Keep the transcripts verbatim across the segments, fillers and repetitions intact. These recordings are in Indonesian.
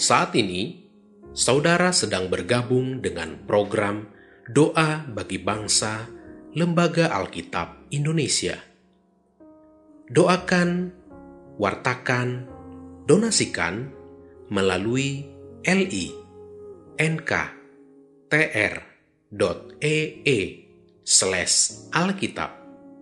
Saat ini, saudara sedang bergabung dengan program Doa bagi Bangsa Lembaga Alkitab Indonesia. Doakan, wartakan, donasikan melalui li.nk.tr.ee slash alkitab.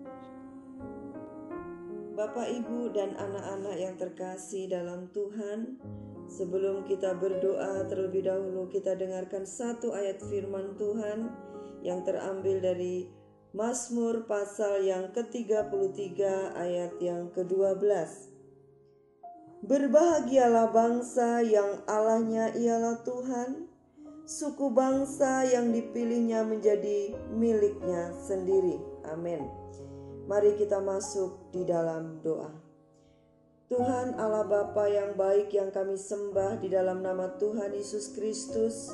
Bapak, Ibu, dan anak-anak yang terkasih dalam Tuhan, sebelum kita berdoa terlebih dahulu kita dengarkan satu ayat firman Tuhan yang terambil dari Mazmur pasal yang ke tiga puluh tiga ayat yang ke dua belas. Berbahagialah bangsa yang Allahnya ialah Tuhan, suku bangsa yang dipilihnya menjadi miliknya sendiri. Amin. Mari kita masuk di dalam doa. Tuhan Allah Bapa yang baik yang kami sembah di dalam nama Tuhan Yesus Kristus,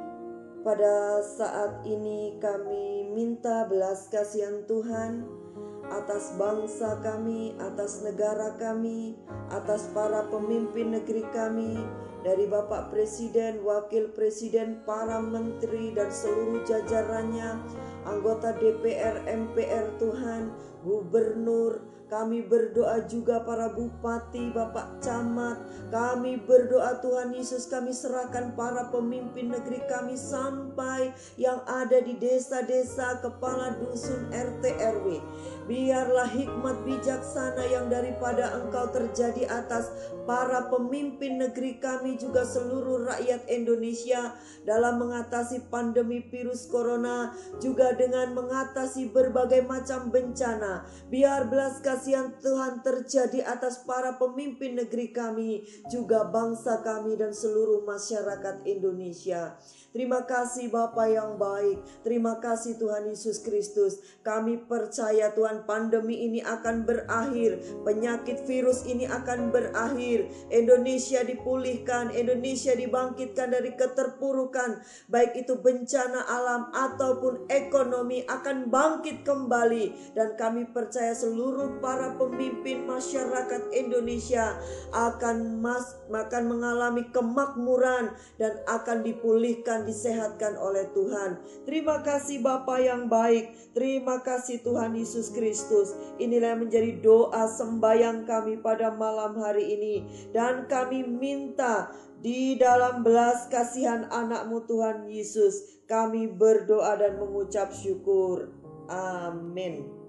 pada saat ini kami minta belas kasihan Tuhan atas bangsa kami, atas negara kami, atas para pemimpin negeri kami, dari Bapak Presiden, Wakil Presiden, para menteri dan seluruh jajarannya, anggota D P R, M P R Tuhan, gubernur. Kami berdoa juga para bupati, Bapak Camat. Kami berdoa Tuhan Yesus, kami serahkan para pemimpin negeri kami sampai yang ada di desa-desa, kepala dusun, R T R W. Biarlah hikmat bijaksana yang daripada Engkau terjadi atas para pemimpin negeri kami, juga seluruh rakyat Indonesia dalam mengatasi pandemi virus corona, juga dengan mengatasi berbagai macam bencana. Biar belas kasihan Tuhan terjadi atas para pemimpin negeri kami, juga bangsa kami dan seluruh masyarakat Indonesia. Terima kasih Bapa yang baik. Terima kasih Tuhan Yesus Kristus. Kami percaya Tuhan, pandemi ini akan berakhir. Penyakit virus ini akan berakhir. Indonesia dipulihkan. Indonesia dibangkitkan dari keterpurukan. Baik itu bencana alam ataupun ekonomi akan bangkit kembali. Dan kami percaya seluruh para pemimpin masyarakat Indonesia akan, mas, akan mengalami kemakmuran dan akan dipulihkan, disehatkan oleh Tuhan. Terima kasih Bapa yang baik. Terima kasih Tuhan Yesus Kristus. Inilah yang menjadi doa sembahyang kami pada malam hari ini. Dan kami minta di dalam belas kasihan anak-Mu Tuhan Yesus, kami berdoa dan mengucap syukur. Amin.